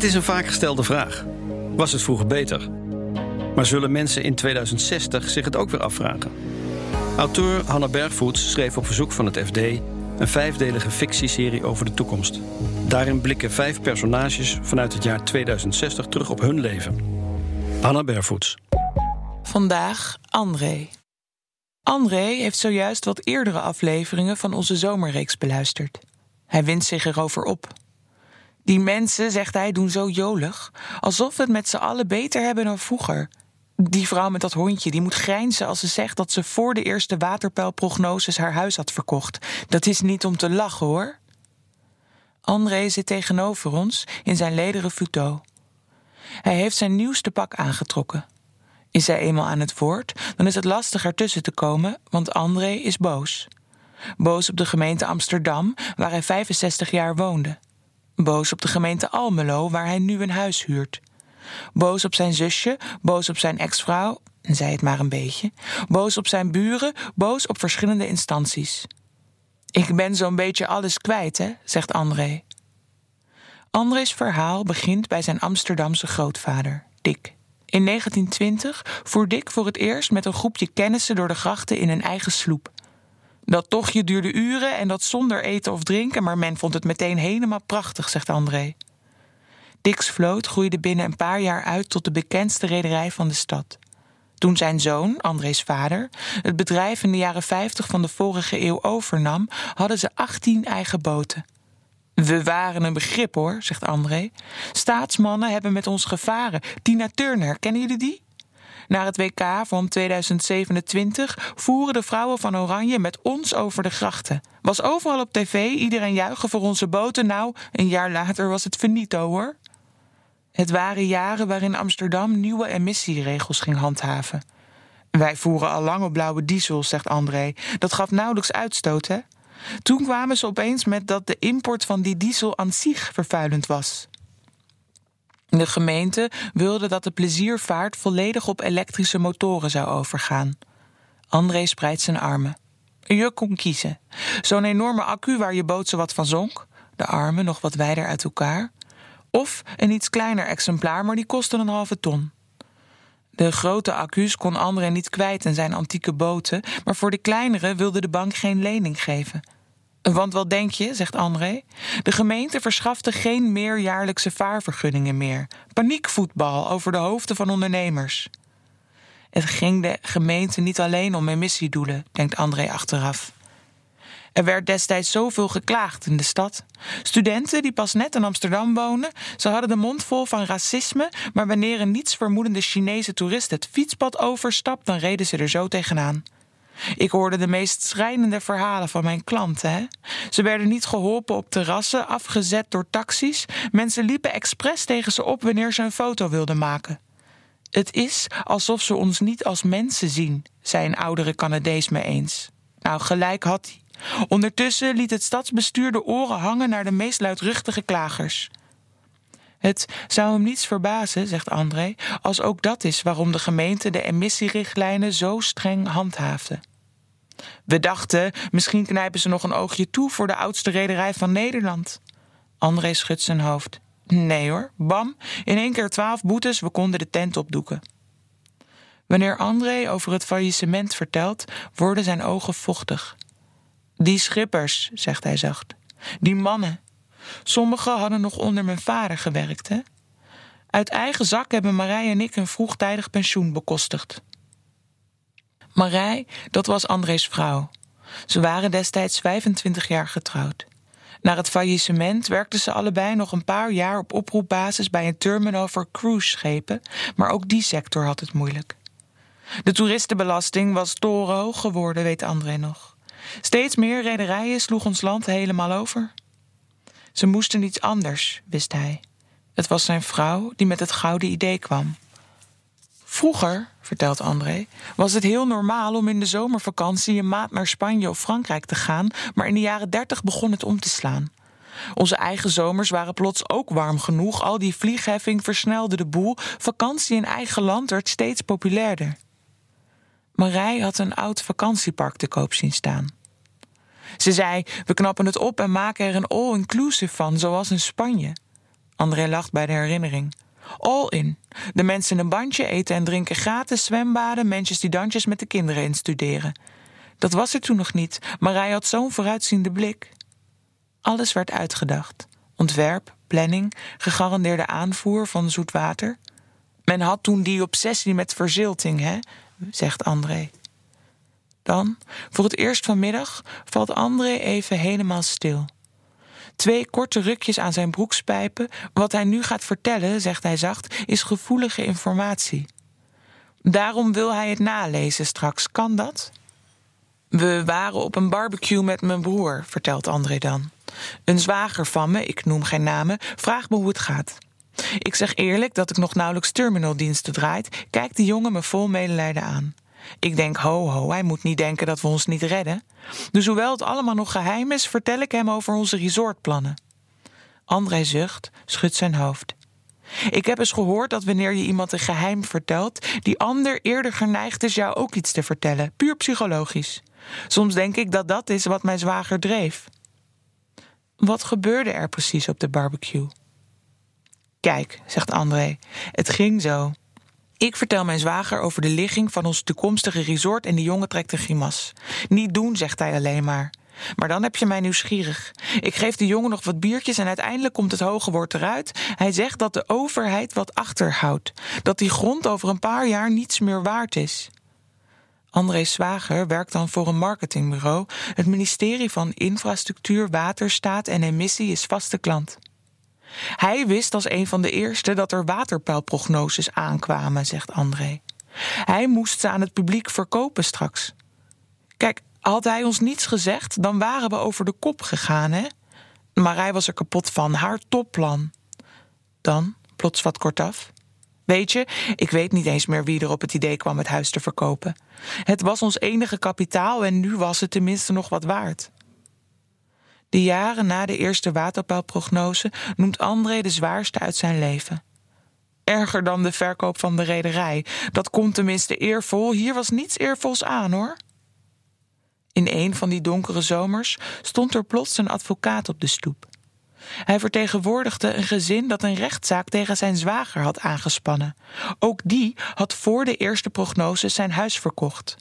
Het is een vaak gestelde vraag. Was het vroeger beter? Maar zullen mensen in 2060 zich het ook weer afvragen? Auteur Hannah Bergvoets schreef op verzoek van het FD een 5-delige fictieserie over de toekomst. Daarin blikken 5 personages vanuit het jaar 2060 terug op hun leven. Hannah Bergvoets. Vandaag André. André heeft zojuist wat eerdere afleveringen van onze zomerreeks beluisterd. Hij wint zich erover op. Die mensen, zegt hij, doen zo jolig, alsof we het met z'n allen beter hebben dan vroeger. Die vrouw met dat hondje, die moet grijnzen als ze zegt dat ze voor de eerste waterpeilprognoses haar huis had verkocht. Dat is niet om te lachen, hoor. André zit tegenover ons in zijn lederen futo. Hij heeft zijn nieuwste pak aangetrokken. Is hij eenmaal aan het woord, dan is het lastig ertussen te komen, want André is boos. Boos op de gemeente Amsterdam, waar hij 65 jaar woonde. Boos op de gemeente Almelo, waar hij nu een huis huurt. Boos op zijn zusje, boos op zijn ex-vrouw, en zei het maar een beetje. Boos op zijn buren, boos op verschillende instanties. Ik ben zo'n beetje alles kwijt, hè, zegt André. André's verhaal begint bij zijn Amsterdamse grootvader, Dick. In 1920 voer Dick voor het eerst met een groepje kennissen door de grachten in een eigen sloep. Dat tochtje duurde uren en dat zonder eten of drinken, maar men vond het meteen helemaal prachtig, zegt André. Dick's vloot groeide binnen een paar jaar uit tot de bekendste rederij van de stad. Toen zijn zoon, André's vader, het bedrijf in de jaren 50 van de vorige eeuw overnam, hadden ze 18 eigen boten. We waren een begrip, hoor, zegt André. Staatsmannen hebben met ons gevaren. Tina Turner, kennen jullie die? Naar het WK van 2027 voeren de vrouwen van Oranje met ons over de grachten. Was overal op tv, iedereen juichen voor onze boten. Nou, een jaar later was het finito, hoor. Het waren jaren waarin Amsterdam nieuwe emissieregels ging handhaven. Wij voeren al lang op blauwe diesel, zegt André. Dat gaf nauwelijks uitstoot, hè? Toen kwamen ze opeens met dat de import van die diesel aan zich vervuilend was. De gemeente wilde dat de pleziervaart volledig op elektrische motoren zou overgaan. André spreidt zijn armen. Je kon kiezen. Zo'n enorme accu waar je boot zowat van zonk. De armen nog wat wijder uit elkaar. Of een iets kleiner exemplaar, maar die kostte een halve ton. De grote accu's kon André niet kwijt in zijn antieke boten, maar voor de kleinere wilde de bank geen lening geven. Want wat denk je, zegt André? De gemeente verschafte geen meerjaarlijkse vaarvergunningen meer. Paniekvoetbal over de hoofden van ondernemers. Het ging de gemeente niet alleen om emissiedoelen, denkt André achteraf. Er werd destijds zoveel geklaagd in de stad. Studenten die pas net in Amsterdam wonen, ze hadden de mond vol van racisme, maar wanneer een nietsvermoedende Chinese toerist het fietspad overstapt, dan reden ze er zo tegenaan. Ik hoorde de meest schrijnende verhalen van mijn klanten. Hè? Ze werden niet geholpen op terrassen, afgezet door taxis. Mensen liepen expres tegen ze op wanneer ze een foto wilden maken. Het is alsof ze ons niet als mensen zien, zei een oudere Canadees me eens. Nou, gelijk had hij. Ondertussen liet het stadsbestuur de oren hangen naar de meest luidruchtige klagers. Het zou hem niets verbazen, zegt André, als ook dat is waarom de gemeente de emissierichtlijnen zo streng handhaafde. We dachten, misschien knijpen ze nog een oogje toe voor de oudste rederij van Nederland. André schudt zijn hoofd. Nee hoor, bam, in 1 keer 12 boetes, we konden de tent opdoeken. Wanneer André over het faillissement vertelt, worden zijn ogen vochtig. Die schippers, zegt hij zacht. Die mannen. Sommigen hadden nog onder mijn vader gewerkt, hè? Uit eigen zak hebben Marij en ik een vroegtijdig pensioen bekostigd. Marij, dat was André's vrouw. Ze waren destijds 25 jaar getrouwd. Na het faillissement werkten ze allebei nog een paar jaar op oproepbasis bij een terminal voor cruiseschepen, maar ook die sector had het moeilijk. De toeristenbelasting was torenhoog geworden, weet André nog. Steeds meer rederijen sloegen ons land helemaal over. Ze moesten iets anders, wist hij. Het was zijn vrouw die met het gouden idee kwam. Vroeger, vertelt André, was het heel normaal om in de zomervakantie een maand naar Spanje of Frankrijk te gaan, maar in de jaren 30 begon het om te slaan. Onze eigen zomers waren plots ook warm genoeg, al die vliegheffing versnelde de boel, vakantie in eigen land werd steeds populairder. Marij had een oud vakantiepark te koop zien staan. Ze zei, we knappen het op en maken er een all-inclusive van, zoals in Spanje. André lacht bij de herinnering. All in. De mensen een bandje, eten en drinken gratis, zwembaden, mensjes die dansjes met de kinderen instuderen. Dat was er toen nog niet, maar hij had zo'n vooruitziende blik. Alles werd uitgedacht. Ontwerp, planning, gegarandeerde aanvoer van zoet water. Men had toen die obsessie met verzilting, hè, zegt André. Dan, voor het eerst vanmiddag, valt André even helemaal stil. 2 korte rukjes aan zijn broekspijpen. Wat hij nu gaat vertellen, zegt hij zacht, is gevoelige informatie. Daarom wil hij het nalezen straks. Kan dat? We waren op een barbecue met mijn broer, vertelt André dan. Een zwager van me, ik noem geen namen, vraagt me hoe het gaat. Ik zeg eerlijk dat ik nog nauwelijks terminaldiensten draait, kijkt de jongen me vol medelijden aan. Ik denk, ho, hij moet niet denken dat we ons niet redden. Dus hoewel het allemaal nog geheim is, vertel ik hem over onze resortplannen. André zucht, schudt zijn hoofd. Ik heb eens gehoord dat wanneer je iemand een geheim vertelt, die ander eerder geneigd is jou ook iets te vertellen, puur psychologisch. Soms denk ik dat dat is wat mijn zwager dreef. Wat gebeurde er precies op de barbecue? Kijk, zegt André, het ging zo. Ik vertel mijn zwager over de ligging van ons toekomstige resort en de jongen trekt een grimas. Niet doen, zegt hij alleen maar. Maar dan heb je mij nieuwsgierig. Ik geef de jongen nog wat biertjes en uiteindelijk komt het hoge woord eruit. Hij zegt dat de overheid wat achterhoudt. Dat die grond over een paar jaar niets meer waard is. André's zwager werkt dan voor een marketingbureau. Het ministerie van Infrastructuur, Waterstaat en Emissie is vaste klant. Hij wist als een van de eerste dat er waterpeilprognoses aankwamen, zegt André. Hij moest ze aan het publiek verkopen straks. Kijk, had hij ons niets gezegd, dan waren we over de kop gegaan, hè? Maar hij was er kapot van, haar topplan. Dan, plots wat kortaf. Weet je, ik weet niet eens meer wie er op het idee kwam het huis te verkopen. Het was ons enige kapitaal en nu was het tenminste nog wat waard. De jaren na de eerste waterpeilprognose noemt André de zwaarste uit zijn leven. Erger dan de verkoop van de rederij. Dat komt tenminste eervol. Hier was niets eervols aan, hoor. In een van die donkere zomers stond er plots een advocaat op de stoep. Hij vertegenwoordigde een gezin dat een rechtszaak tegen zijn zwager had aangespannen. Ook die had voor de eerste prognose zijn huis verkocht.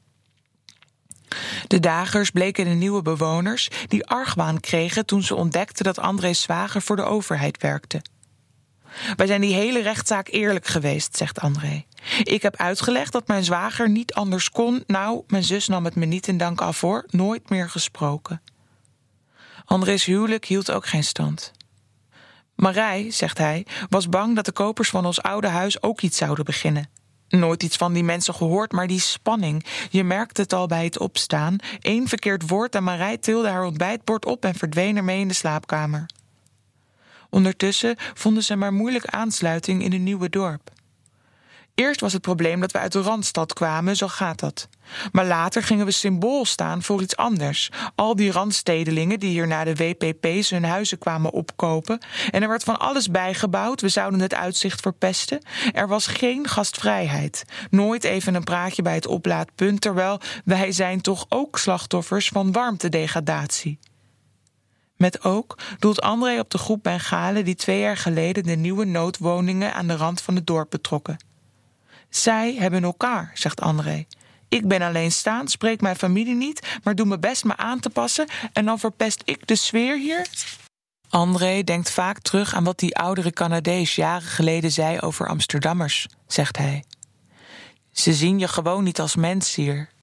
De dagers bleken de nieuwe bewoners die argwaan kregen toen ze ontdekten dat André's zwager voor de overheid werkte. Wij zijn die hele rechtszaak eerlijk geweest, zegt André. Ik heb uitgelegd dat mijn zwager niet anders kon. Nou, mijn zus nam het me niet in dank af, hoor. Nooit meer gesproken. André's huwelijk hield ook geen stand. Marij, zegt hij, was bang dat de kopers van ons oude huis ook iets zouden beginnen. Nooit iets van die mensen gehoord, maar die spanning. Je merkte het al bij het opstaan. 1 verkeerd woord en Marij tilde haar ontbijtbord op en verdween ermee in de slaapkamer. Ondertussen vonden ze maar moeilijk aansluiting in een nieuwe dorp. Eerst was het probleem dat we uit de Randstad kwamen, zo gaat dat. Maar later gingen we symbool staan voor iets anders. Al die randstedelingen die hier na de WPP's hun huizen kwamen opkopen. En er werd van alles bijgebouwd, we zouden het uitzicht verpesten. Er was geen gastvrijheid. Nooit even een praatje bij het oplaadpunt, terwijl wij zijn toch ook slachtoffers van warmtedegradatie. Met ook doelt André op de groep Bengalen die 2 jaar geleden de nieuwe noodwoningen aan de rand van het dorp betrokken. Zij hebben elkaar, zegt André. Ik ben alleenstaand, spreek mijn familie niet, maar doe mijn best me aan te passen en dan verpest ik de sfeer hier? André denkt vaak terug aan wat die oudere Canadees jaren geleden zei over Amsterdammers, zegt hij. Ze zien je gewoon niet als mens hier.